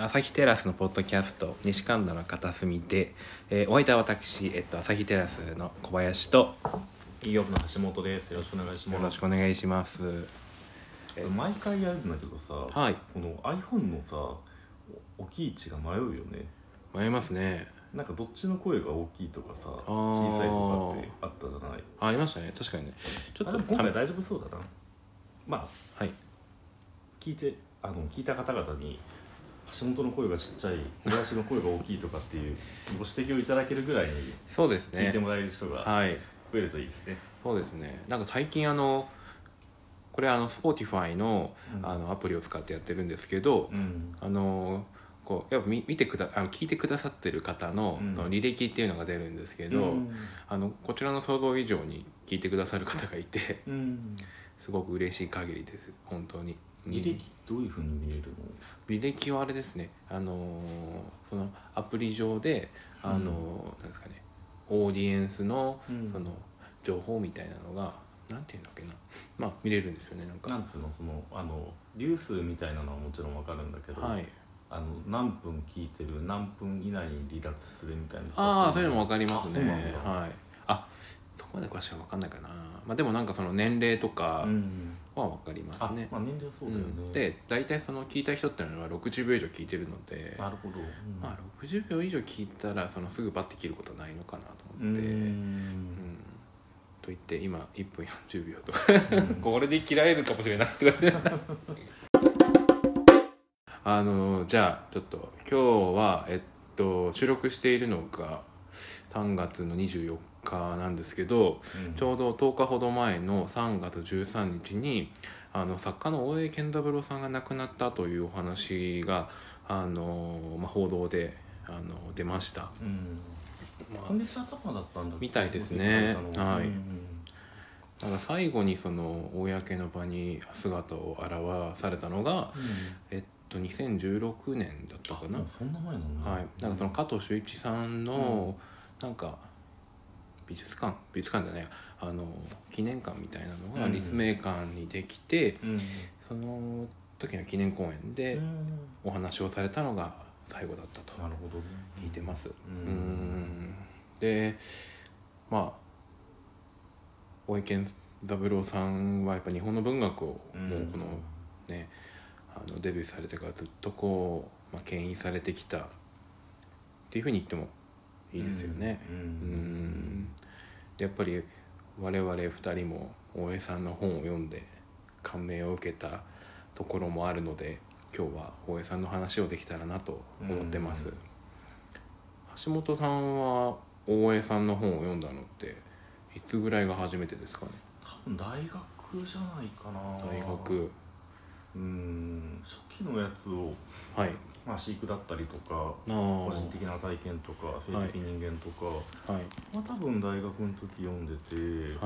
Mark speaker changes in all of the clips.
Speaker 1: 朝日テラスのポッドキャスト西神田の片隅で、お相手は私、朝日テラスの小林と
Speaker 2: 営業部の橋本です。よろしくお願いします。
Speaker 1: よろしくお願いします。
Speaker 2: 毎回やるんだけどさ、
Speaker 1: はい、
Speaker 2: この iPhone のさ大きい位置が迷うよね。
Speaker 1: 迷いますね。
Speaker 2: なんかどっちの声が大きいとかさ
Speaker 1: 小
Speaker 2: 小さいとかってあったじゃない。
Speaker 1: ありましたね。確かにね。ちょっと
Speaker 2: でも今回大丈夫そうだな。まあ、
Speaker 1: はい、
Speaker 2: 聞いた方々に橋本の声がちっちゃい、小林の声が大きいとかっていうご指摘をいただけるぐらいに
Speaker 1: そうですね。
Speaker 2: 聞いてもらえる人が
Speaker 1: はい、
Speaker 2: 増えるといいですね。
Speaker 1: そうですね。なんか最近これSpotify の、アプリを使ってやってるんですけど、こうやっぱ聞いてくださってる方の、その履歴っていうのが出るんですけど、こちらの想像以上に聞いてくださる方がいて、すごく嬉しい限りです本当に。
Speaker 2: 履歴どういう風に見れるの？
Speaker 1: 履歴はあれですね、そのアプリ上でなんですかね、オーディエンスのその情報みたいなのがなんていうんだっけな、まあ見れるんですよね。
Speaker 2: なんつうの、その流数みたいなのはもちろん分かるんだけど、
Speaker 1: はい、
Speaker 2: 何分聞いてる、何分以内に離脱するみたいな。
Speaker 1: ああ、そういうのも分かりますね。
Speaker 2: そうなんだ。
Speaker 1: はい。あ、そこまで詳しくは分かんないかな。まあでもなんかその年齢とかは分かりますね。
Speaker 2: まあ年齢はそうだよね。
Speaker 1: で、大体その聞いた人っていうのは60秒以上聞いてるので、
Speaker 2: なるほど。
Speaker 1: まあ60秒以上聞いたらすぐバッて切ることはないのかなと思って。と言って今1分40秒とかこれで切られるかもしれないとかねじゃあちょっと今日は収録しているのが3月の24日なんですけど、ちょうど10日ほど前の3月13日に作家の大江健三郎さんが亡くなったというお話が報道で出ました。
Speaker 2: 今月頭だったんだ
Speaker 1: みたいですね。はい。なんか最後にその公の場に姿を現されたのが、2016年だったかな。
Speaker 2: そんな前なの？
Speaker 1: はい。なんかその加藤秀一さんのなんか美術館じゃない、記念館みたいなのが立命館にできて、その時の記念公演でお話をされたのが最後だったと聞いてます。で、まあ大江健三郎さんはやっぱ日本の文学をもうこのね、デビューされてからずっとこう、牽引されてきたっていうふうに言ってもいいですよね。でやっぱり我々2人も大江さんの本を読んで感銘を受けたところもあるので、今日は大江さんの話をできたらなと思ってます。橋本さんは大江さんの本を読んだのっていつぐらいが初めてですかね？
Speaker 2: 多分大学じゃないかな。
Speaker 1: 大学。
Speaker 2: 初期のやつを、
Speaker 1: はい、
Speaker 2: 飼育だったりとか個人的な体験とか性的人間とか、多分大学の時読んでて、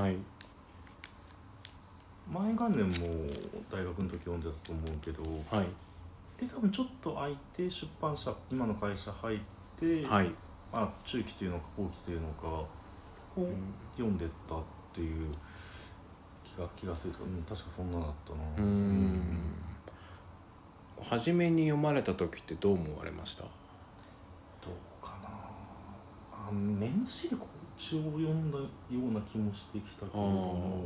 Speaker 2: 前元年も大学の時読んでたと思うけど、で多分ちょっと空いて出版社、今の会社入って、中期というのか後期というのかを読んでったっていう気がする。確かそんなだったな。
Speaker 1: 初めに読まれた時ってどう思われました？
Speaker 2: どうかな。目虫でこっちを読んだような気もしてきたけれども、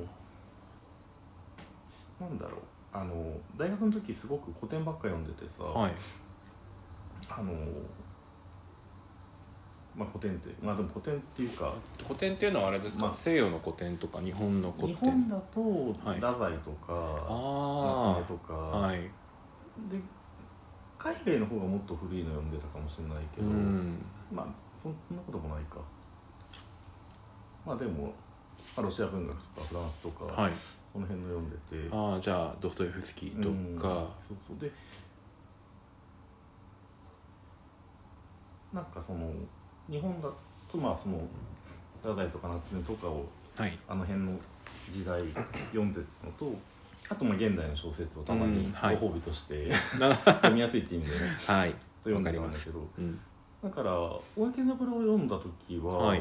Speaker 2: なんだろう、大学の時すごく古典ばっか読んでてさ、古典って、でも古典っていうか、
Speaker 1: 古典っていうのはあれですか、西洋の古典とか日本の古典？
Speaker 2: 日本だと太宰とか、夏目とか、で海外の方がもっと古いの読んでたかもしれないけど、そんなこともないか。でも、ロシア文学とかフランスとか、その辺の読んでて、
Speaker 1: じゃあドストエフスキーとか、
Speaker 2: そうで、なんかその日本だとその太宰とか夏目とかを、あの辺の時代読んでるのと、あと現代の小説をたまにご褒美として読みやすいっていう意味でね、読んでたんだけど、だから大江健三郎を読んだ時は、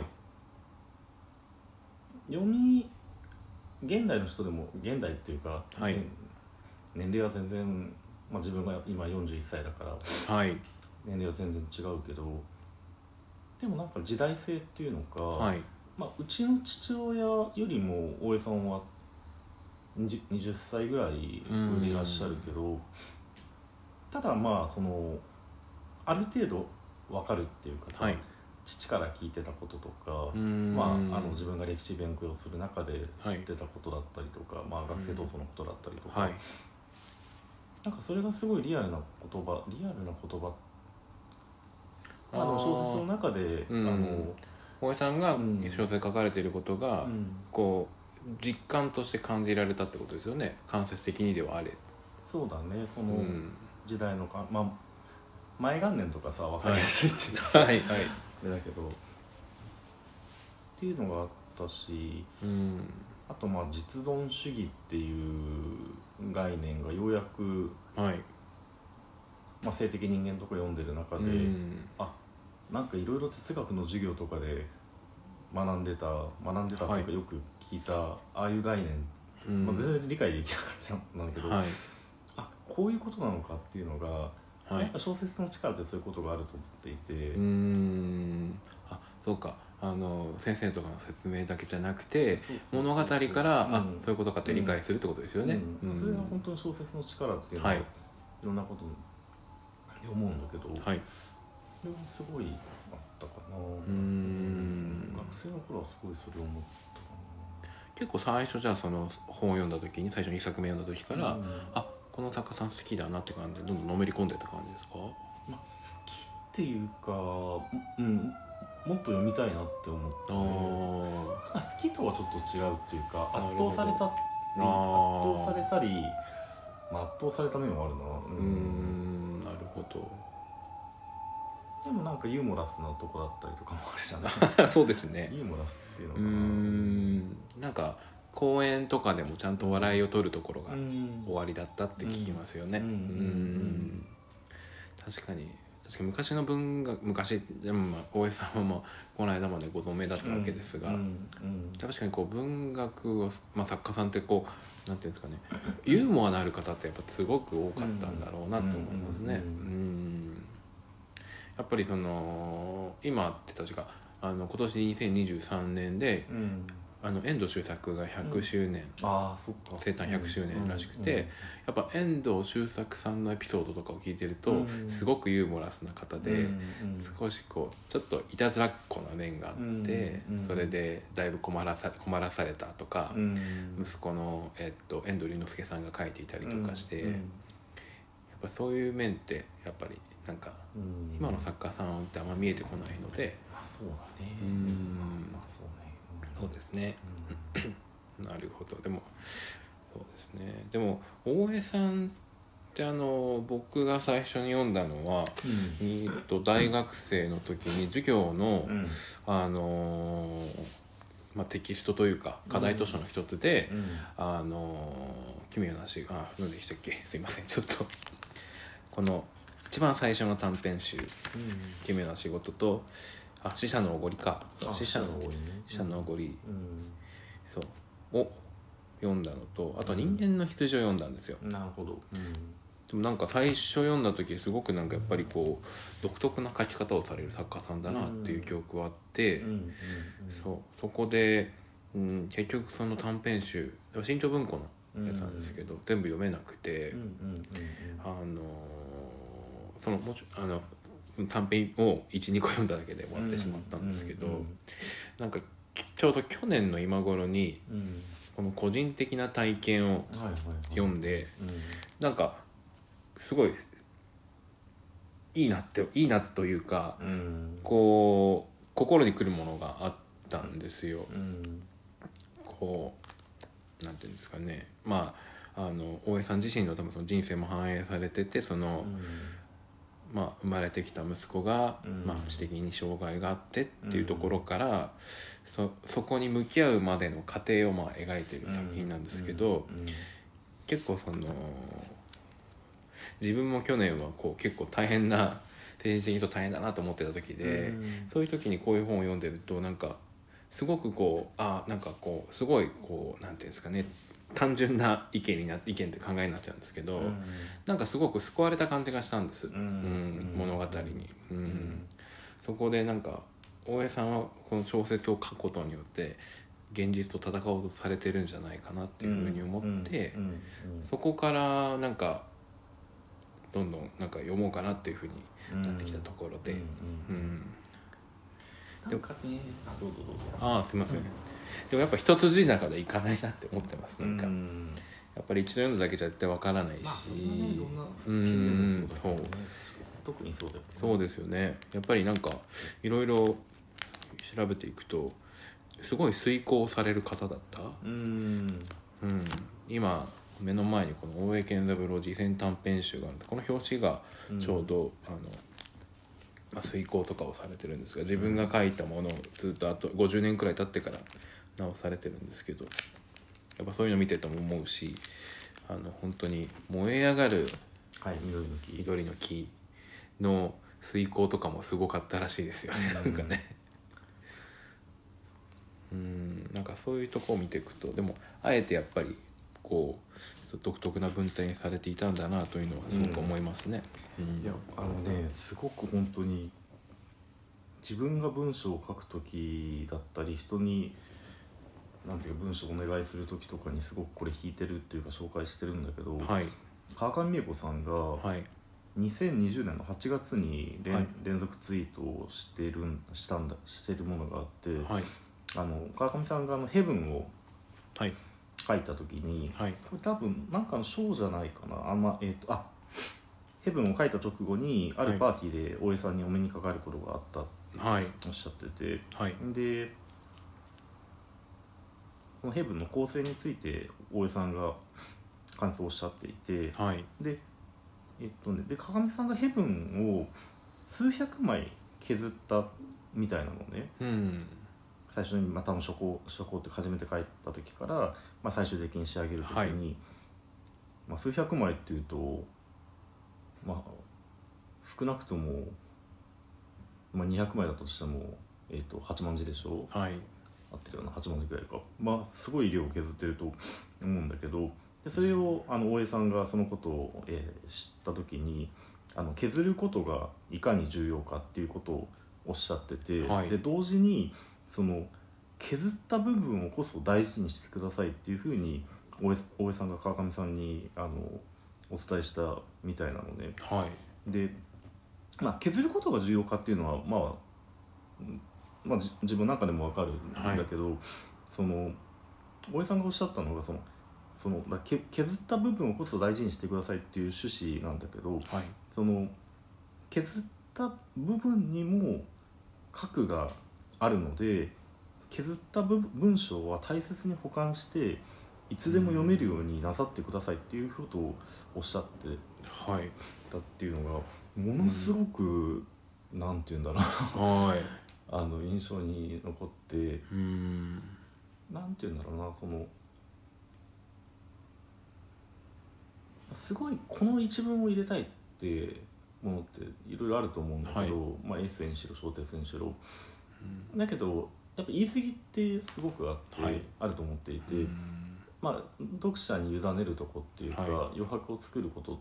Speaker 2: 現代の人でも、現代っていうか、年齢は全然、自分が今41歳だから、 年齢は全然違うけど、でもなんか時代性っていうのか、
Speaker 1: はい、
Speaker 2: まあ、うちの父親よりも大江さんは20歳ぐらい上でいらっしゃるけど、ただまあそのある程度分かるっていうかさ、はい、父から聞いてたこととか、まあ、自分が歴史勉強する中で知ってたことだったりとか、はい、まあ、学生闘争のことだったりとか、はい、なんかそれがすごいリアルな言葉まあ、でも小説の中で、
Speaker 1: 大江さんが小説書かれていることが、こう実感として感じられたってことですよね、間接的にではあれ。
Speaker 2: そうだね、その時代のまあ前元年とかさ分かりやすいっていうのは、はいはい、だけどっていうのがあったし、あとまあ実存主義っていう概念がようやく、はいまあ、性的人間とか読んでる中で、あ、なんかいろいろ哲学の授業とかで学んでたっていうか、よく聞いたああいう概念、まあ、全然理解できなかったんだけど、はい、あ、こういうことなのかっていうのが、はい、やっぱ小説の力ってそういうことがあると思っていて、
Speaker 1: あ、そうか、先生とかの説明だけじゃなくて物語から、あ、そういうことかって理解するってことですよね。
Speaker 2: それが本当に小説の力っていうのは、はい、いろんなことに思うんだけど、はい、それはすごいあったかな。学生の頃はすごいそれを思ったかな。
Speaker 1: 結構最初じゃあその本を読んだ時に最初に1作目読んだ時から、あ、この作家さん好きだなって感じでどんどんのめり込んでた感じですか？
Speaker 2: まあ、好きっていうか、もっと読みたいなって思って、好きとはちょっと違うっていうか、圧倒されたり、まあ、圧倒された面もあるな。
Speaker 1: なるほど。
Speaker 2: でもなんかユーモラスなとこだったりとかもあるじゃない
Speaker 1: そうですね。
Speaker 2: ユーモラスっていうのか
Speaker 1: な。なんか公演とかでもちゃんと笑いを取るところが終わりだったって聞きますよね。確かに昔の文学、でもまあ大江さんはもうこの間までご存命だったわけですが、確かにこう文学を、まあ、作家さんってこうなんていうんですかね、ユーモアのある方ってやっぱすごく多かったんだろうなと思いますね。やっぱりその今って確か今年2023年で、遠藤周作が100周年、生誕100周年らしくて、やっぱ遠藤周作さんのエピソードとかを聞いてると、すごくユーモラスな方で、少しこうちょっといたずらっ子な面があって、それでだいぶ困らされたとか、息子の、遠藤龍之介さんが書いていたりとかして、やっぱそういう面ってやっぱりなんか、今の作家さんってあんま見えてこないので、
Speaker 2: そうだね。
Speaker 1: そうですね。なるほど。でもそうですね。でも大江さんって僕が最初に読んだのは、大学生の時に授業の、まあ、テキストというか課題図書の一つで、奇妙な詩が何でしたっけ、すいません、ちょっとこの一番最初の短編集「奇妙な仕事」と死者のおごりか、死者のおごり、そうを読んだのと、あと人間の羊を読んだんですよ。
Speaker 2: なるほど。
Speaker 1: でもなんか最初読んだ時すごくなんかやっぱりこう独特な書き方をされる作家さんだなっていう記憶はあって、そこで、結局その短編集新潮文庫のやつなんですけど、全部読めなくて、その短編を 1,2 個読んだだけで終わってしまったんですけど、なんかちょうど去年の今頃に、この個人的な体験を読んで、なんかすごいいいなというか、こう心にくるものがあったんですよ。こうなんていうんですかね、まあ大江さん自身の多分その人生も反映されてて、その、まあ、生まれてきた息子が、まあ、知的に障害があってっていうところから、そこに向き合うまでの過程をまあ描いている作品なんですけど、結構その自分も去年はこう結構大変な、精神的にと大変だなと思ってた時で、そういう時にこういう本を読んでるとなんかすごくこうなんかこうすごいこうなんていうんですかね、 単純な意見って考えになっちゃうんですけど、なんかすごく救われた感じがしたんです、物語に、そこでなんか大江さんはこの小説を書くことによって現実と戦おうとされてるんじゃないかなっていうふうに思って、そこからなんかどんどんなんか読もうかなっていうふうになってきたところで、
Speaker 2: なんかね、どうぞ。
Speaker 1: すいません、でもやっぱ一筋縄でいかないなって思ってます。なんかやっぱり一度読んだだけじゃ絶対わからないし、
Speaker 2: 特にそうだよね。
Speaker 1: そうですよね。やっぱりなんかいろいろ調べていくとすごい遂行される方だった。今目の前にこの大江健三郎自選短編集があるんで、この表紙がちょうど、遂行とかをされてるんですが、自分が書いたものをずっとあと50年くらい経ってから直されてるんですけど、やっぱそういうの見てても思うし、本当に燃え上がる緑の木の遂行とかもすごかったらしいですよね、なんかね。なんかそういうとこを見ていくと、でもあえてやっぱりこう独特な文体にされていたんだなというのはすごく思いますね。
Speaker 2: いやすごく本当に自分が文章を書く時だったり、人になんていうか文章をお願いする時とかにすごくこれ弾いてるっていうか紹介してるんだけど、川上美恵子さんが2020年の8月に連続ツイートをしてるものがあって、川上さんがヘブンを書いた時に、これ多分なんかのショーじゃないかな、ヘブンを書いた直後にあるパーティーで大江さんにお目にかかることがあったっておっしゃってて、でそのヘブンの構成について大江さんが感想をおっしゃっていて、で川上さんがヘブンを数百枚削ったみたいなのね、最初に多分初稿って初めて書いた時から、最終的に仕上げる時に、数百枚っていうと、少なくとも、200枚だったとしても、8万字でしょ、合ってるような8万字くらいか、すごい量を削ってると思うんだけど、でそれを大江さんがそのことを、知った時に削ることがいかに重要かっていうことをおっしゃってて、で同時にその削った部分をこそ大事にしてくださいっていうふうに大江さんが川上さんにお伝えしたみたいなのね。で、削ることが重要かっていうのは自分の中でも分かるんだけど、その大江さんがおっしゃったのが削った部分をこそ大事にしてくださいっていう趣旨なんだけど、その削った部分にも核があるので、削った文章は大切に保管していつでも読めるようになさってくださいっていうことをおっしゃってたっていうのがものすごく、なんていうんだろう印象に残って、なんていうんだろうな、すごいこの一文を入れたいってものっていろいろあると思うんだけど、エッセイにしろ小説にしろ、だけどやっぱ言い過ぎってすごくあると思っていて、読者に委ねるとこっていうか、余白を作ることって、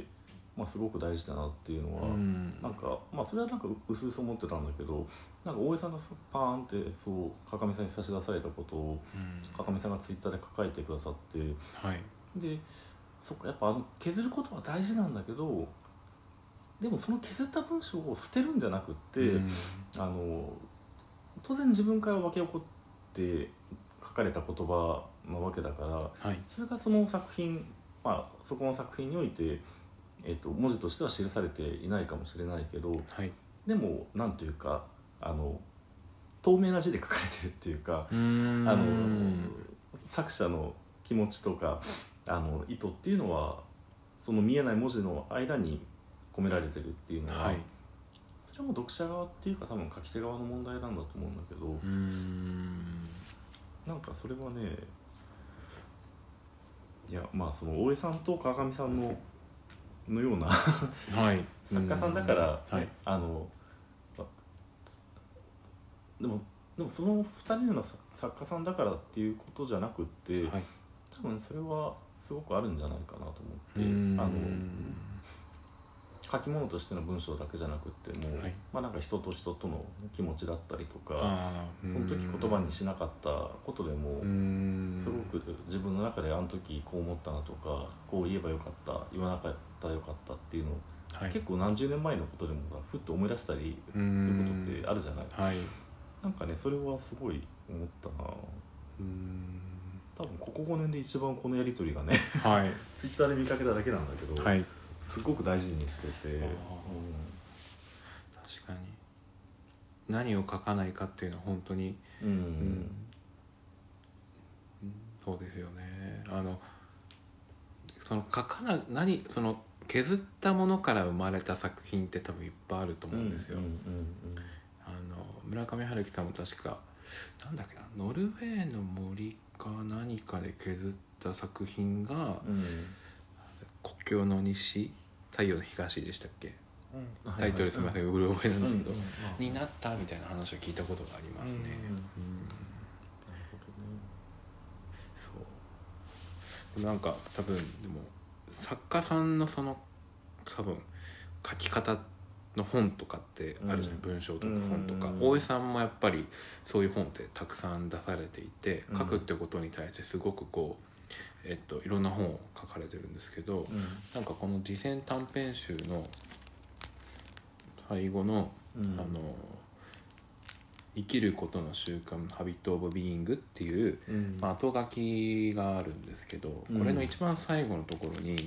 Speaker 2: すごく大事だなっていうのは、なんかそれはなんか薄々思ってたんだけど、なんか大江さんがパーンって川上さんに差し出されたことを、川上さんがツイッターで書いてくださって、でそっか、やっぱ削ることは大事なんだけど、でもその削った文章を捨てるんじゃなくって、当然自分から湧き起こって書かれた言葉なわけだから、それがその作品、そこの作品において、文字としては記されていないかもしれないけど、でもなんというか透明な字で書かれてるっていうか、作者の気持ちとか意図っていうのはその見えない文字の間に込められてるっていうのは、それも読者側っていうか多分書き手側の問題なんだと思うんだけど、なんかそれはね、いやその大江さんと川上さんのような作家さんだから、でもその2人の作家さんだからっていうことじゃなくって、 多分それはすごくあるんじゃないかなと思って、書き物としての文章だけじゃなくっても、はい、まあなんか人と人との気持ちだったりとか、その時言葉にしなかったことでもすごく自分の中であの時こう思ったなとか、こう言えばよかった、言わなかったらよかったっていうのを、はい、結構何十年前のことでもふっと思い出したりすることってあるじゃない。はい、なんかね、それはすごい思ったな。多分ここ5年で一番このやり取りがね、はい、ツイッターで見かけただけなんだけど、はい、すごく大事にしてて、
Speaker 1: 確かに何を書かないかっていうのは本当に、そうですよね。その書かなその削ったものから生まれた作品って多分いっぱいあると思うんですよ。村上春樹さんも確かなんだっけな、ノルウェーの森か何かで削った作品が、国境の西、太陽の東でしたっけ、タイトルすみません、うろ覚えなんですけど、になったみたいな話を聞いたことがありますね。なるほどね。そうでもなんか多分でも作家さんのその多分書き方の本とかってあるじゃない、文章とか本とか、大江さんもやっぱりそういう本ってたくさん出されていて、書くってことに対してすごくこういろんな本を書かれてるんですけど、なんかこの自選短編集の最後の、生きることの習慣ハビット・オブ・ビーイングっていう、後書きがあるんですけど、これの一番最後のところに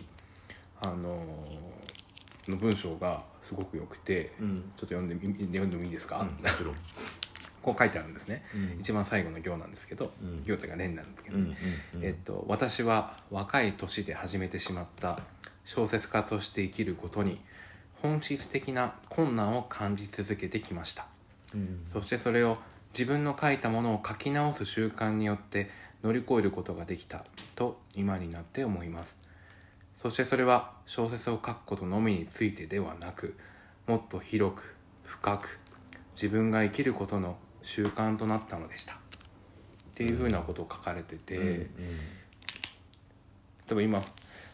Speaker 1: の文章がすごく良くて、ちょっと読んでもいいですか？こう書いてあるんですね。一番最後の行なんですけど、行ってが連なんですけどね、私は若い年で始めてしまった小説家として生きることに本質的な困難を感じ続けてきました。そしてそれを自分の書いたものを書き直す習慣によって乗り越えることができたと今になって思います。そしてそれは小説を書くことのみについてではなく、もっと広く深く自分が生きることの習慣となったのでしたっていうふうなことを書かれてて、例えば今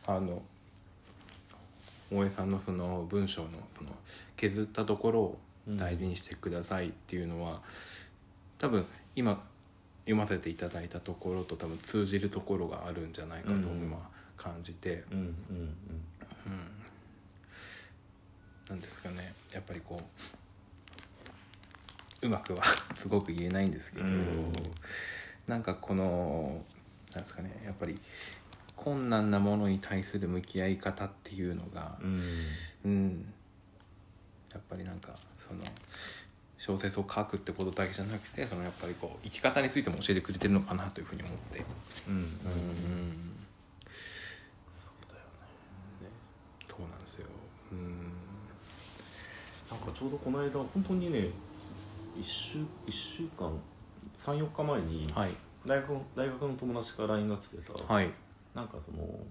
Speaker 1: 大江さんのその文章のその削ったところを大事にしてくださいっていうのは、多分今読ませていただいたところと多分通じるところがあるんじゃないかと今感じて、なんですかね、やっぱりこううまくはすごく言えないんですけど、なんかこのなんですかね、やっぱり困難なものに対する向き合い方っていうのが、やっぱりなんかその小説を書くってことだけじゃなくて、そのやっぱりこう生き方についても教えてくれてるのかなというふうに思って、そうだよね。そうなんですよ。
Speaker 2: なんかちょうどこの間本当にね、1週間3、4日前に大学の友達から LINE が来てさ、なんかそのなん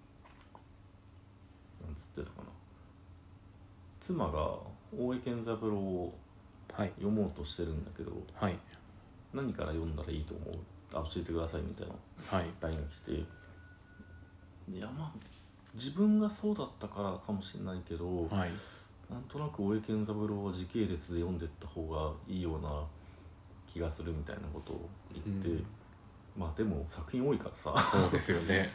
Speaker 2: つってたかな、妻が大江健三郎を読もうとしてるんだけど、何から読んだらいいと思う？教えてくださいみたいな LINE が来て、いやまあ自分がそうだったからかもしれないけど、なんとなく大江健三郎は時系列で読んでった方がいいような気がするみたいなことを言って、まあでも作品多いからさ、
Speaker 1: そうですよね。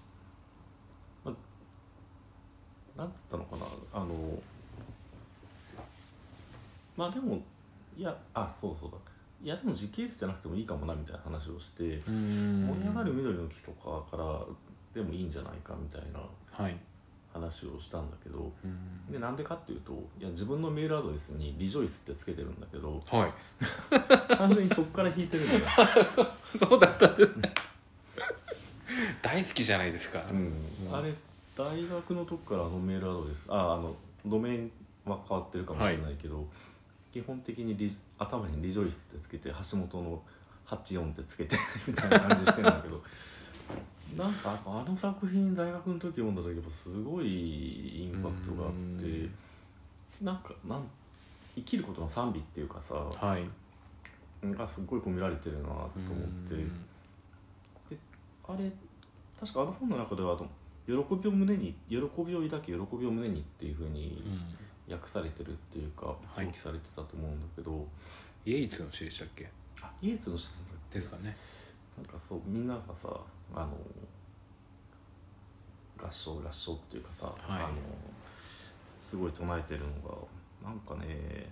Speaker 2: なんつったのかな、まあでもいやそうだ、いやでも時系列じゃなくてもいいかもなみたいな話をして、盛り上がる緑の木とかからでもいいんじゃないかみたいな話をしたんだけど、でなんでかっていうと、いや自分のメールアドレスにリジョイスってつけてるんだけど、完全にそこから引いてるんだよ。
Speaker 1: そうだったんですね。大好きじゃないですか。
Speaker 2: あれ大学の時からメールアドレス、ドメインは変わってるかもしれないけど、基本的に頭にリジョイスってつけて、橋本の84ってつけてみたいな感じしてるんだけどなんかあの作品大学の時読んだ時もすごいインパクトがあって、生きることの賛美っていうかさ、がすごい込められてるなと思って、であれ確かあの本の中では喜びを抱け喜びを胸にっていうふうに訳されてるっていうか、表記されてたと思うんだけど、
Speaker 1: イエイツの詩でしたっけ？
Speaker 2: イエツの詩
Speaker 1: ですかね。
Speaker 2: なんかそうみんながさ合唱っていうかさ、すごい唱えてるのがなんかね、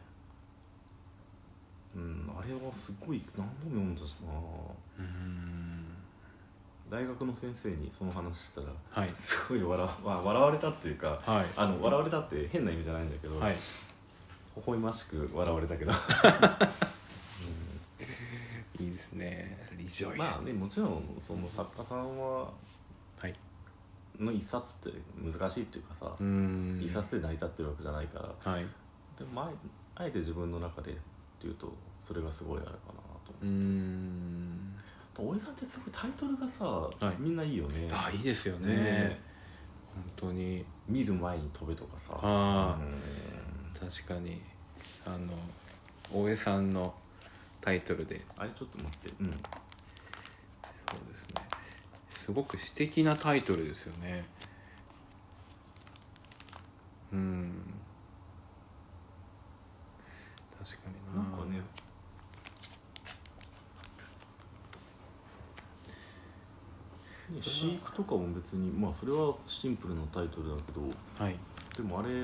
Speaker 2: あれはすごい何度も読んだしな。大学の先生にその話したら、すごい笑われたっていうか、笑われたって変な意味じゃないんだけど、微笑ましく笑われたけど
Speaker 1: いいですね。リジョイス。
Speaker 2: まあね、もちろんその作家さんは、の一冊って難しいっていうかさ、一冊で成り立ってるわけじゃないから、でもあえて自分の中でっていうとそれがすごいあるかなと思って。大江さんってすごいタイトルがさ、みんないいよね。
Speaker 1: いいですよね。本当に
Speaker 2: 見る前に飛べとかさ。
Speaker 1: 確かに大江さんのタイトルで
Speaker 2: あれちょっと待って、
Speaker 1: そうですね。すごく詩的なタイトルですよね。確かに
Speaker 2: なんかね。飼育とかも別にそれはシンプルなタイトルだけど、でもあれ、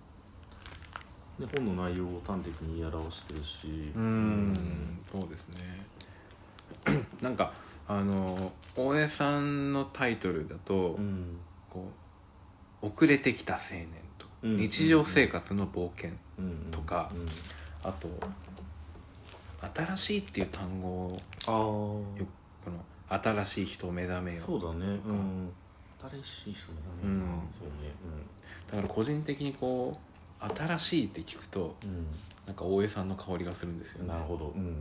Speaker 2: 本の内容を端的に言い表してるし、
Speaker 1: そうですね。なんか大江さんのタイトルだと、こう遅れてきた青年と、日常生活の冒険とか、あと新しいっていう単語をこの新しい人を目覚めよう。
Speaker 2: そうだね。新しい人目覚めよう。そうね。
Speaker 1: だから個人的にこう新しいって聞くと、なんか大江さんの香りがするんですよね。
Speaker 2: なるほど。でも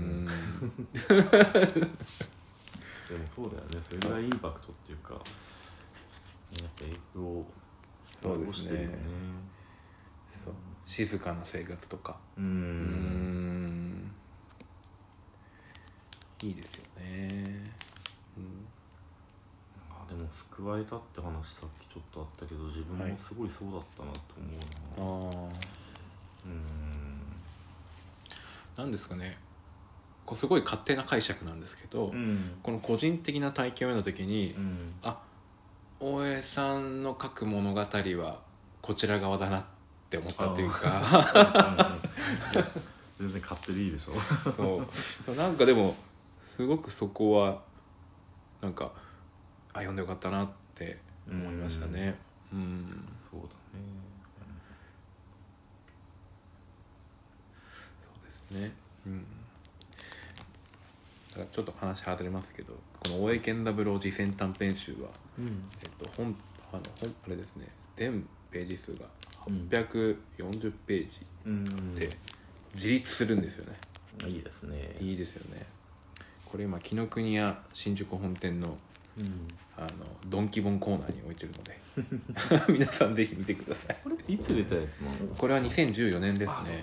Speaker 2: そうだよね。それぐらいインパクトっていうか、やっぱ影響を残してるよね。
Speaker 1: そう、静かな生活とか。いいですよね。
Speaker 2: でも救われたって話さっきちょっとあったけど、自分もすごいそうだったなと思うな。
Speaker 1: なんですかね。すごい勝手な解釈なんですけど、この個人的な体験を読んだ時に、大江さんの書く物語はこちら側だなって思ったというか
Speaker 2: 全然勝手でいいでしょ
Speaker 1: そうなんかでもすごくそこはなんか読んでよかったなって思いましたね。
Speaker 2: そうだね。
Speaker 1: そうですね。だからちょっと話外れますけど、この大江健三郎自選短編集は、あれですね、全ページ数が840ページで自立するんですよね。
Speaker 2: いいですね。
Speaker 1: いいですよね。これ今紀ノ国屋新宿本店のドンキ本コーナーに置いてるので皆さんぜひ見てください。
Speaker 2: これいつ出たやつなの？
Speaker 1: これは2014年ですね。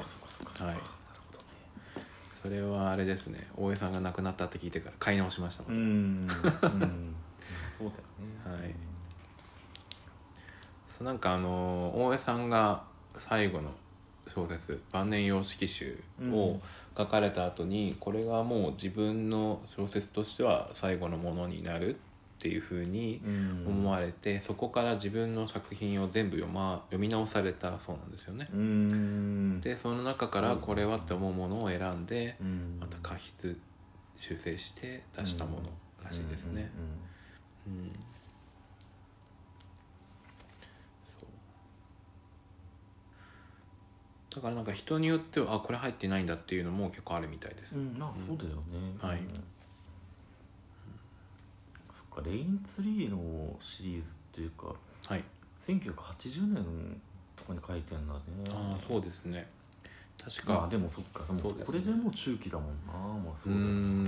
Speaker 1: それはあれですね、大江さんが亡くなったって聞いてから買い直しましたので。
Speaker 2: そうだよね。
Speaker 1: なんか大江さんが最後の小説晩年様式集を書かれた後に、これがもう自分の小説としては最後のものになるっていうふうに思われて、そこから自分の作品を全部読み直されたそうなんですよね。でその中からこれはって思うものを選んで、また加筆修正して出したものらしいですね。だからなんか人によってはこれ入ってないんだっていうのも結構あるみたいです。
Speaker 2: そうだよね。そっか、レインツリーのシリーズっていうか、1980年とかに書いてんだね。
Speaker 1: そうですね。確か。
Speaker 2: でもそっか、これでもう中期だもんな。そうだよ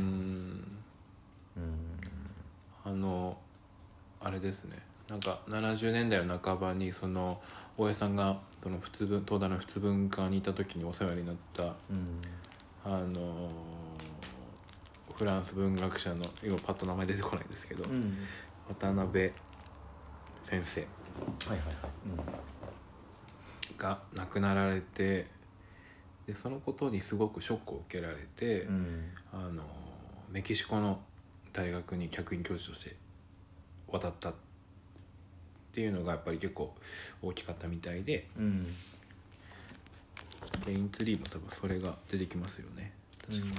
Speaker 2: ね。
Speaker 1: あれですね。なんか70年代の半ばにその大江さんがその東大の仏文科にいた時にお世話になった、フランス文学者の今パッと名前出てこないんですけど、 渡辺先生が亡くなられて、でそのことにすごくショックを受けられて、メキシコの大学に客員教授として渡ったっていうのがやっぱり結構大きかったみたいで、レインツリーも多分それが出てきますよね、確か。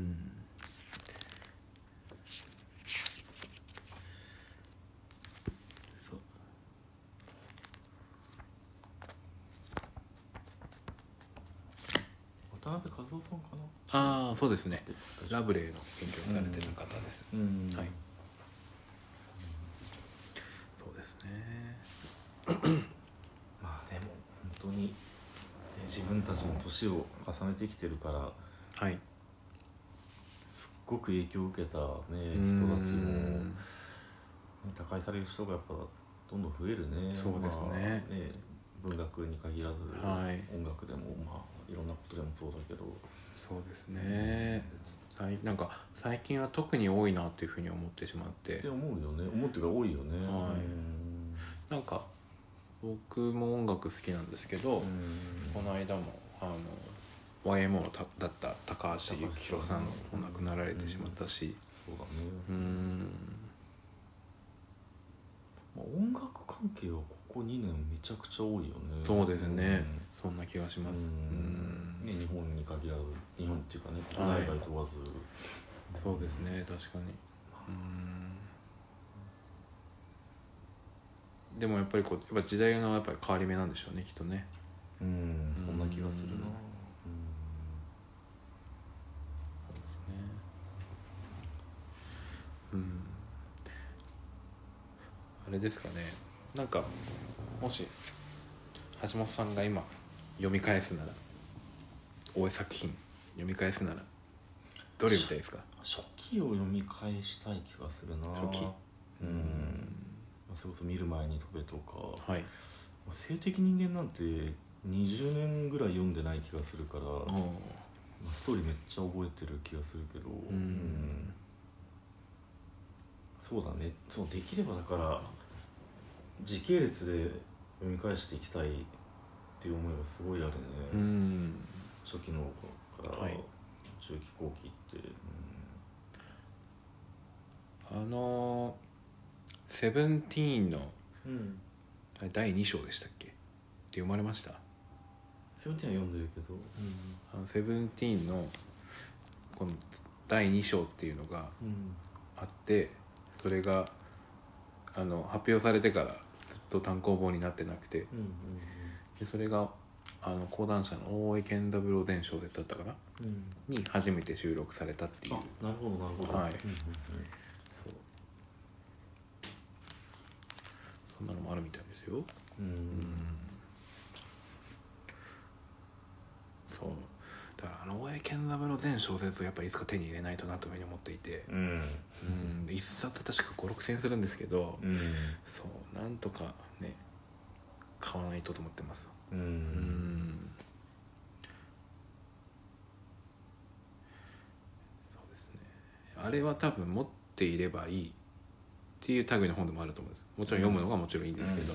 Speaker 1: そう
Speaker 2: 渡辺和夫さんかな。
Speaker 1: ああ、そうですね。ラブレーの研究をされてた方です。はい。そうですね。
Speaker 2: まあでも本当に自分たちも年を重ねてきてるから、
Speaker 1: はい、
Speaker 2: すっごく影響を受けた、ね、人たちも他界される人がやっぱどんどん増えるね。
Speaker 1: そうですね。
Speaker 2: まあ、ね、文学に限らず、
Speaker 1: はい、
Speaker 2: 音楽でも、まあ、いろんなことでもそうだけど。
Speaker 1: そうですね。なんか最近は特に多いなっていうふうに思ってしまって。
Speaker 2: って思うよね。思ってが多いよね。
Speaker 1: はい。なんか僕も音楽好きなんですけど、この間もYMO だった高橋幸宏さんも亡くなられてしまったし、
Speaker 2: そうだね。まあ、音楽関係はここ2年めちゃくちゃ多いよね。
Speaker 1: そうですね、そんな気がします。
Speaker 2: ね、日本に限らず、日本っていうかね、国内外問わず、
Speaker 1: そうですね、確かに。でもやっぱりやっぱ時代のやっぱり変わり目なんでしょうね、きっとね。
Speaker 2: そんな気がするな。
Speaker 1: そうですね。あれですかね、なんかもし橋本さんが今読み返すなら、大江作品読み返すならどれみたいですか？
Speaker 2: 初期を読み返したい気がするな。
Speaker 1: 初期。
Speaker 2: それこそ見る前に飛べとか、
Speaker 1: はい、
Speaker 2: 性的人間なんて20年ぐらい読んでない気がするから、ストーリーめっちゃ覚えてる気がするけど、そうだね。そうできればだから時系列で読み返していきたいっていう思いがすごいあるね。初期の頃から中期後期って、
Speaker 1: セブンティーンの第2章でしたっけって読まれました？
Speaker 2: セブンティーンは読んでるけど、
Speaker 1: セブンティーンのこの第2章っていうのがあって、それが発表されてからずっと単行本になってなくて、でそれが講談社の大江健三郎伝小説だったかな、に初めて収録されたっていう。
Speaker 2: なるほどなるほど。
Speaker 1: はい、そんなのもあるみたいですよ。そうだから大江健三郎全小説をやっぱりいつか手に入れないとなというふうに思っていて、一冊確か5、6千円するんですけど、そうなんとかね買わないとと思ってます。そうですね。あれは多分持っていればいいっていう類の本でもあると思うんです。もちろん読むのがもちろんいいんですけど、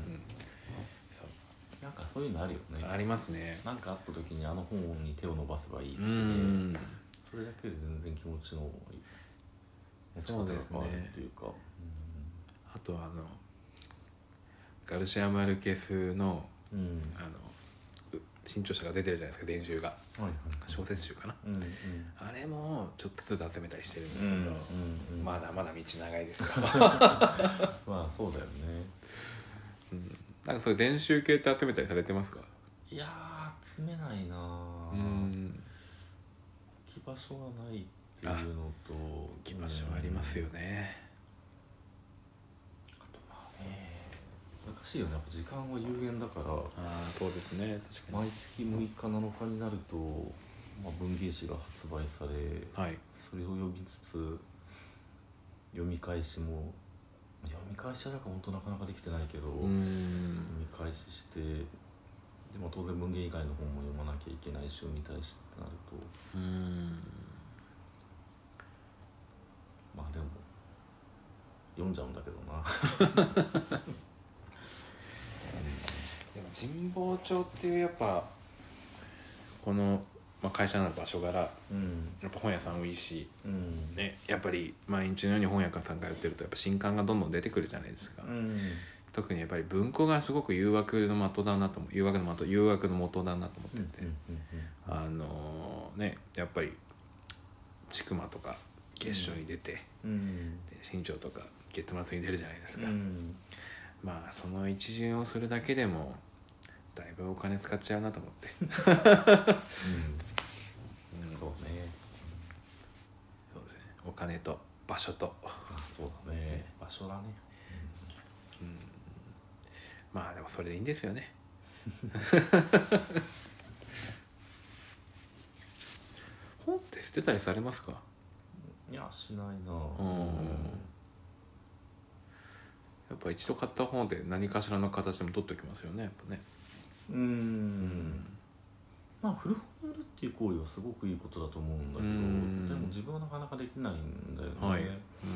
Speaker 2: なんかそういうのあるよね。
Speaker 1: ありますね。
Speaker 2: なんかあった時にあの本に手を伸ばせばいいってね、それだけで全然気持ちの持ち方が変わるっていうか。
Speaker 1: あとはガルシア・マルケスの、新潮社が出てるじゃないですか、伝集が、小説集かな、あれもちょっとずつ集めたりしてるんですけど、まだまだ道長いですよ。
Speaker 2: まあそうだよね。
Speaker 1: なんかそういう伝集系って集めたりされてますか？
Speaker 2: いやー集めないな。置き場所がないっていうのと、
Speaker 1: 置き場所ありますよね。
Speaker 2: あとまあね、難しいよね。やっぱ時間は有限だから。
Speaker 1: そうですね、確かに。
Speaker 2: 毎月6日7日になると、文芸誌が発売され、それを読みつつ読み返しも、読み返しは本当なかなかできてないけど、読み返しして、でも当然文芸以外の本も読まなきゃいけないし、読みたいしってなると、まあでも読んじゃうんだけどな
Speaker 1: でも神保町っていうやっぱこの、会社のある場所柄、やっぱ本屋さん多いし、ね、やっぱり毎日のように本屋さんがやってるとやっぱ新刊がどんどん出てくるじゃないですか、特にやっぱり文庫がすごく誘惑の的だなと誘惑の元だなと思ってて、ね、やっぱり千曲とか月初に出て、で新潮とか月末に出るじゃないですか、その一巡をするだけでもだいぶお金使っちゃうなと思ってそうね、そうですね、お金と場所と、
Speaker 2: そうだね、場所だね、
Speaker 1: でもそれでいいんですよね本って捨てたりされますか？
Speaker 2: いや、しないな。
Speaker 1: やっぱ一度買った本で何かしらの形でも取っておきますよね、やっぱね。
Speaker 2: 古本売るっていう行為はすごくいいことだと思うんだけど、でも自分はなかなかできないんだよね。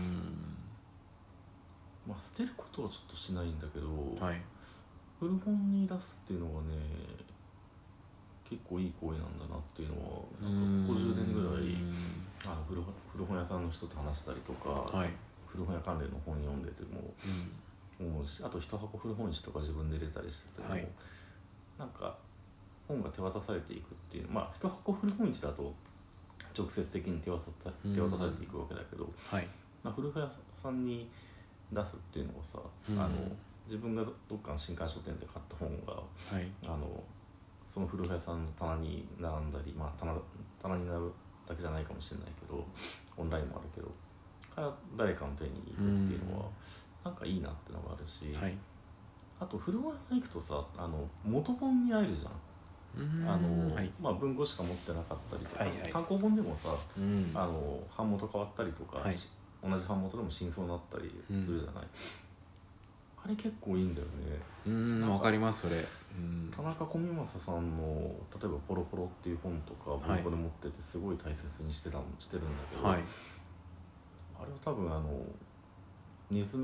Speaker 2: 捨てることはちょっとしないんだけど、古本に出すっていうのがね、結構いい行為なんだなっていうのは、ここ10年ぐらい古本屋さんの人と話したりとか、古本屋関連の本読んでても思うし、あと一箱古本市とか自分で出たりしてても、なんか本が手渡されていくっていう、一箱古本市だと直接的に手渡されていくわけだけど、古本屋さんに出すっていうのをさ、自分がどっかの新刊書店で買った本が、その古本屋さんの棚に並んだり、棚になるだけじゃないかもしれないけど、オンラインもあるけどから誰かの手に行くっていうのはなんかいいなってのがあるし、あと古本屋さん行くとさ、元本に会えるじゃん。文庫しか持ってなかったりとか、単行本でもさ、版元変わったりとか、同じ版元でも真相になったりするじゃない。あれ結構いいんだよね。
Speaker 1: わかりますそれ。
Speaker 2: 田中小見正さんの例えばポロポロっていう本とか文庫で持っててすごい大切にしてるんだけど、あれは多分根津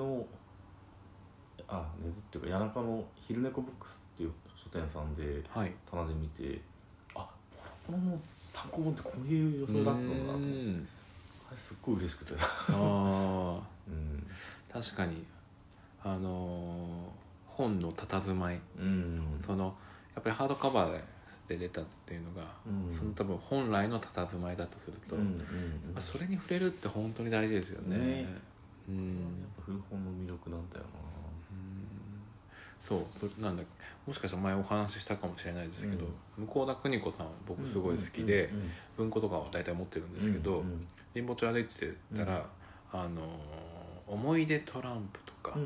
Speaker 2: っていうか谷中の昼猫ブックスっていう書店さんで棚で見て、ポロポロの単行本ってこういう予想だったんだなと思って、あれすっごい嬉しくて
Speaker 1: 確かに本の佇まい、そのやっぱりハードカバーで出たっていうのが、その多分本来の佇まいだとすると、それに触れるって本当に大事ですよね。やっ
Speaker 2: ぱ古本の魅力なんだよな。
Speaker 1: なんだもしかしたら前お話ししたかもしれないですけど、向田邦子さん僕すごい好きで、文庫とかは大体持ってるんですけど、神保町歩いてたら、思い出トランプとか、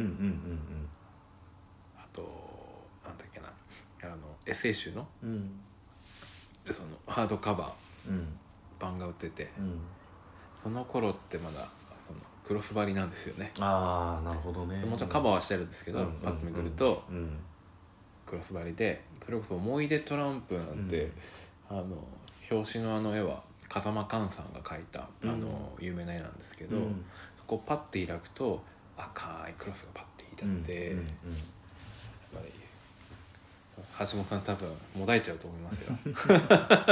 Speaker 1: あとなんだっけな、エッセイ集の、そのハードカバー、版が売ってて、その頃ってまだそのクロス張りなんですよね。
Speaker 2: なるほどね。
Speaker 1: もちろんカバーはしてるんですけど、パッとめくると、クロス張りで、それこそ思い出トランプなんて、表紙の絵は風間寛さんが描いた有名な絵なんですけど、そこをパッて開くと赤いクロスがパッて引いてあって、やっぱり橋本さん多分もだえちゃうと思いますよあそこ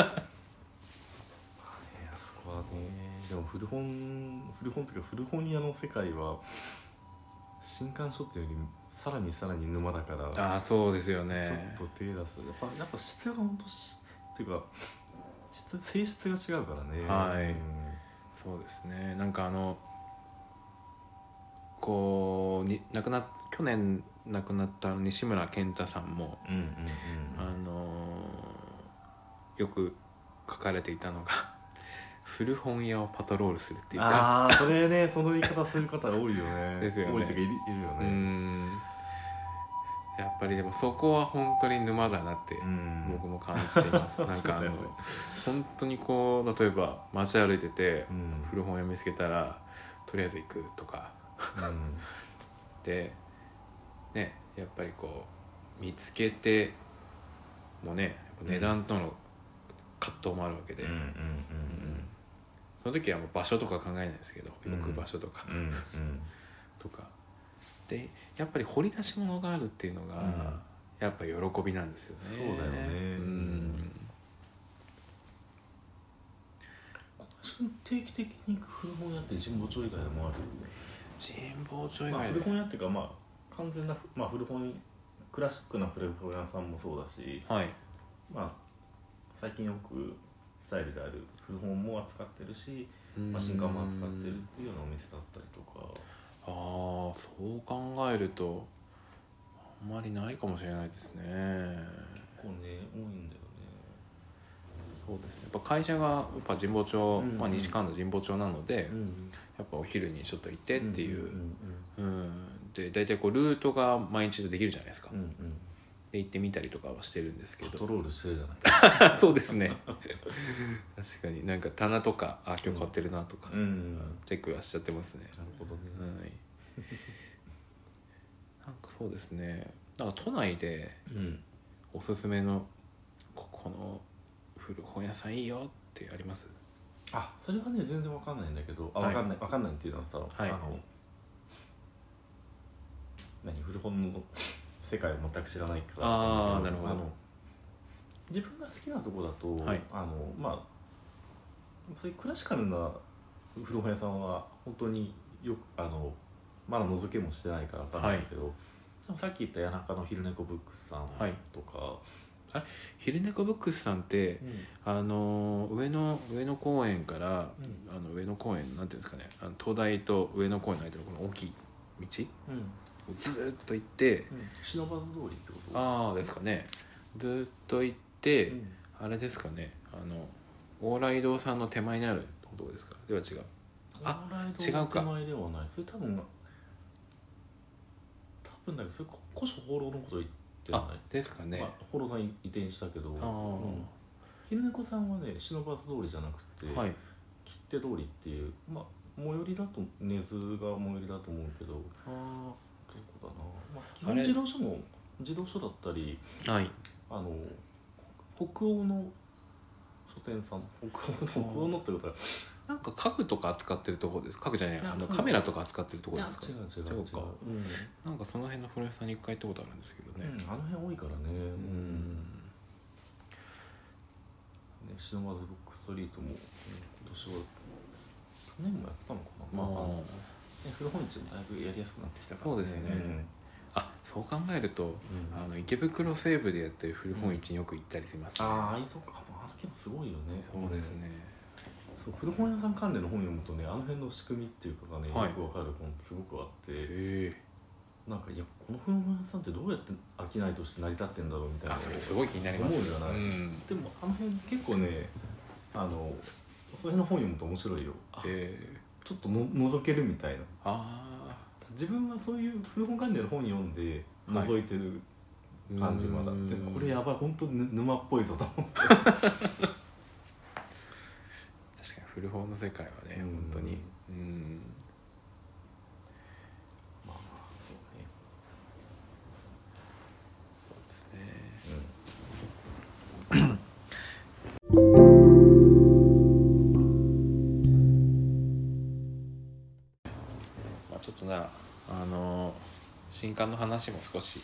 Speaker 2: はね。でも古本っていうか古本屋の世界は新刊書店よりさらに沼だから。
Speaker 1: そうですよね。
Speaker 2: ちょっと手出す。やっぱ質が本当っていうか性質が違うからね。
Speaker 1: そうですね。なんか去年亡くなった西村健太さんも、よく書かれていたのが古本屋をパトロールするっていうか、
Speaker 2: それね、その言い方する方多いよね。
Speaker 1: ですよね。
Speaker 2: 多いっていうかいるよね。
Speaker 1: やっぱりでもそこは本当に沼だなって僕も感じています。なんか本当に例えば街歩いてて、古本屋見つけたらとりあえず行くとか、でね、やっぱり見つけてもね、値段との葛藤もあるわけで、その時はもう場所とか考えないですけど、置く場所とか、 とかでやっぱり掘り出し物があるっていうのが、やっぱ喜びなんですよね。
Speaker 2: そうだよね。定期的に古本屋って神保町以外でもあるよね。
Speaker 1: 神保町以外で、
Speaker 2: 古本屋っていうか完全な、古本クラシックな古本屋さんもそうだし、
Speaker 1: はい、
Speaker 2: 最近よくスタイルである古本も扱ってるし、新刊も扱ってるっていうようなお店だったりとか。
Speaker 1: そう考えるとあんまりないかもしれないですね。
Speaker 2: 結構ね多いんだよね。
Speaker 1: そうですね、やっぱ会社がやっぱ神保町、西関東神保町なので、やっぱお昼にちょっと行ってっていう、で大体こうルートが毎日できるじゃないですか、で行ってみたりとかはしてるんですけど、
Speaker 2: パトロールしてるじゃない
Speaker 1: そうですね確かになんか棚とか今日買ってるなとか、チェックはしちゃってますね。
Speaker 2: なるほどね、
Speaker 1: はい、なんかそうですね、なんか都内でおすすめのここの古本屋さんいいよってあります？
Speaker 2: それはね全然わかんないんだけど、わかんないっていうのはさ、古本の世界を全く知らないから。
Speaker 1: なるほど。
Speaker 2: 自分が好きなとこだと、そういうクラシカルな古本屋さんは本当によくまだ覗けもしてないから分かんないけど、さっき言った谷中の昼猫ブックスさんとか、
Speaker 1: 昼猫ブックスさんって、上野公園から、上野公園なんていうんですかね、東大と上野公園の間のこの大きい道、ずっと行って、
Speaker 2: 不忍通りってこと？
Speaker 1: ですかね。ずっと行って、あれですかね、往来堂さんの手前にあるところですか？では違う。違うか。
Speaker 2: 手前ではない。それ多分だけど、それ古書放浪のこと言ってない。
Speaker 1: ですかね。
Speaker 2: 放浪さん移転したけど、昼猫さんはね、不忍通りじゃなくて、切手通りっていう、最寄りだと根津が最寄りだと思うけど、どこだな。基本自動書だったり、北欧の書店さん、北欧のってことは
Speaker 1: なんか家具とか扱ってるところです。家具じゃない、カメラとか扱ってるところですか？
Speaker 2: 違うか。
Speaker 1: なんかその辺の古屋さんに一回行ったことあるんですけどね。
Speaker 2: あの辺多いからね。不忍ブックストリートも今年は去年もやったのかな。古本市もだいぶやりやすくなってきたからね。
Speaker 1: そうですね。そう考えると、池袋西部でやってる古本市によく行ったりしますね。
Speaker 2: ああいうとこもすごいよね。
Speaker 1: そうですね。
Speaker 2: 古本屋さん関連の本読むとね、あの辺の仕組みっていうかがね、よくわかる本すごくあって、なんかこの古本屋さんってどうやって商いとして成り立ってんだろうみたいな。
Speaker 1: それすごい気になります。
Speaker 2: 思うじゃない。でもあの辺結構ね、その辺の本読むと面白いよ。ちょっと覗けるみたいな。自分はそういう古本関連の本読んで覗いてる感じまだ。でもこれやばい、本当に沼っぽいぞと思って。確かに
Speaker 1: 古本の世界はね、本当に
Speaker 2: そうね。
Speaker 1: そうですね。ちょっとな新刊の話も少し、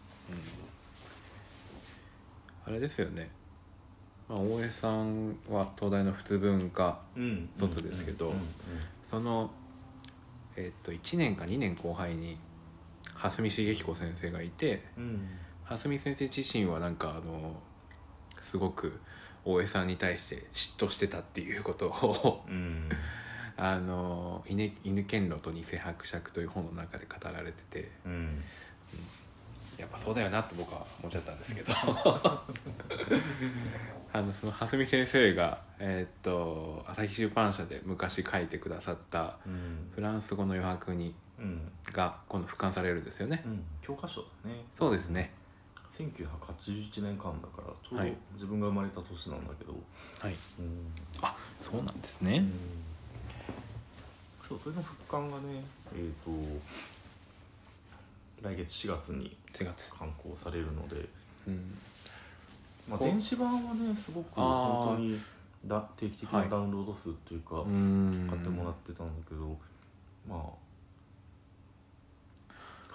Speaker 1: あれですよね。大江さんは東大の普通文化卒ですけど、その1年か2年後輩に蓮見茂彦先生がいて、蓮見先生自身はなんかすごく大江さんに対して嫉妬してたっていうことを犬剣路と偽伯爵という本の中で語られてて、やっぱそうだよなって僕は思っちゃったんですけどその蓮見先生が、朝日出版社で昔書いてくださったフランス語の余白に、が今度復刊されるんですよね。
Speaker 2: 教科書だね。
Speaker 1: そうですね。
Speaker 2: 1981年間だからちょうど自分が生まれた年なんだけど、
Speaker 1: そうなんですね。
Speaker 2: それの復刊がね、来月4月に刊行されるので、電子版はねすごく本当に定期的なダウンロード数っていうか、買ってもらってたんだけど、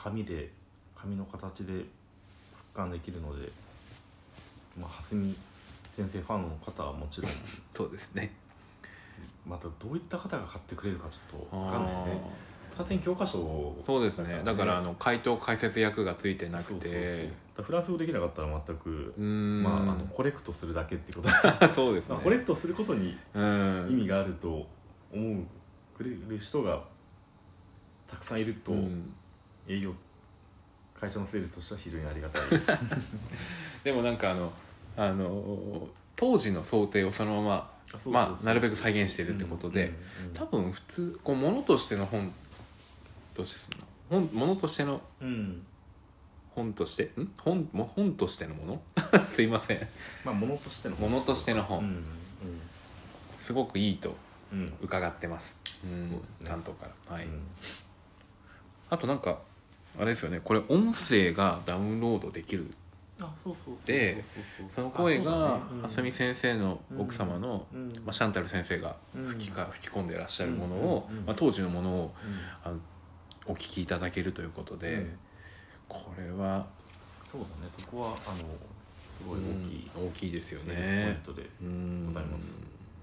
Speaker 2: 紙の形で復刊できるので、蓮見先生ファンの方はもちろん
Speaker 1: そうですね。
Speaker 2: またどういった方が買ってくれるかちょっと分かんないね。勝手に教科書を、
Speaker 1: そうですね。だから回答解説役がついてなくて、
Speaker 2: フランス語できなかったら全くコレクトするだけってこと
Speaker 1: そうですね。
Speaker 2: コレクトすることに意味があると思うくれる人がたくさんいると、営業会社のセールスとしては非常にありがたい
Speaker 1: でもなんか当時の想定をそのままなるべく再現しているってことで、多分普通こう物としての本として物としての本として本としてのものすいません、
Speaker 2: 物としての本、
Speaker 1: すごくいいと伺ってます。担当から、はい。あとなんかあれですよね、これ音声がダウンロードできるで、その声が蓮見先生の奥様のシャンタル先生が吹き込んでいらっしゃるものを、当時のものをお聞きいただけるということで、これは
Speaker 2: そうだね、そこはすごい
Speaker 1: 大きいですよね。
Speaker 2: ポイントでございます。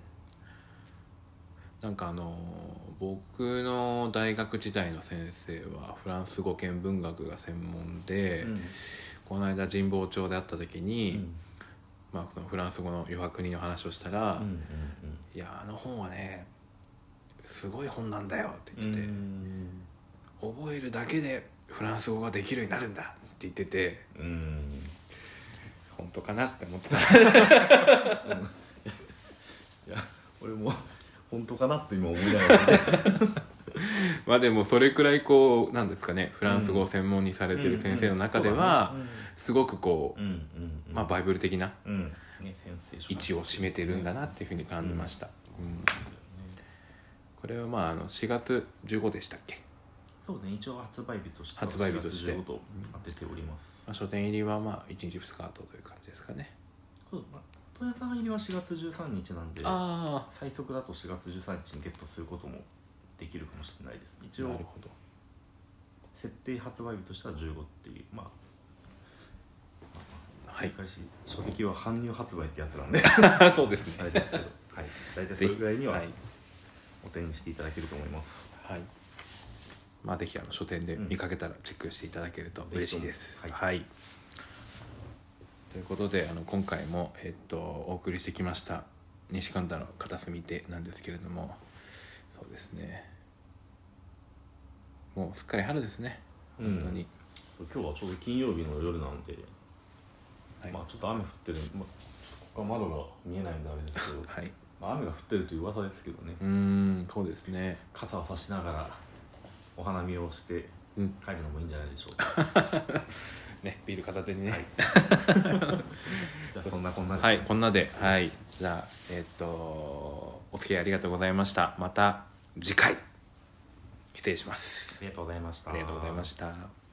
Speaker 1: なんか僕の大学時代の先生はフランス語圏文学が専門で、この間神保町で会った時に、そのフランス語の余白人の話をしたら、いや本はねすごい本なんだよって言ってて、覚えるだけでフランス語ができるようになるんだって言ってて、本当かなって思ってたい
Speaker 2: や俺も本当かなって今思いながら
Speaker 1: でもそれくらいこうなんですかね、フランス語を専門にされてる先生の中ではすごくこうバイブル的な位置を占めてるんだなっていうふうに感じました。これは4月15でしたっけ。
Speaker 2: そうね、一応発売日として
Speaker 1: 4月15
Speaker 2: と当てております。
Speaker 1: 書店入りは1日2日後という感じですかね。
Speaker 2: 問屋さん入りは4月13日なんで、最速だと4月13日にゲットすることもできるかもしれないです。一応設定発売日としては15っていう、書籍は搬入発売ってやつなんで
Speaker 1: そうですね。
Speaker 2: 大体それぐらいにはお手にしていただけると思います。
Speaker 1: ぜひ書店で見かけたらチェックしていただけると嬉しいです。ということで今回も、お送りしてきました西神田の片隅手なんですけれども、そうですね、もうすっかり春ですね。本当に
Speaker 2: 今日はちょうど金曜日の夜なので、ちょっと雨降ってる、ここから窓が見えないんであれですけど、雨が降ってるという噂ですけどね。
Speaker 1: そうですね。
Speaker 2: 傘を差しながらお花見をして帰るのもいいんじゃないでしょうか。
Speaker 1: ね、ビール片手にね。
Speaker 2: じゃあこんなで。
Speaker 1: こんなで、じゃあお付き合いありがとうございました。また次回失礼します。
Speaker 2: ありがとうございました。
Speaker 1: ありがとうございました。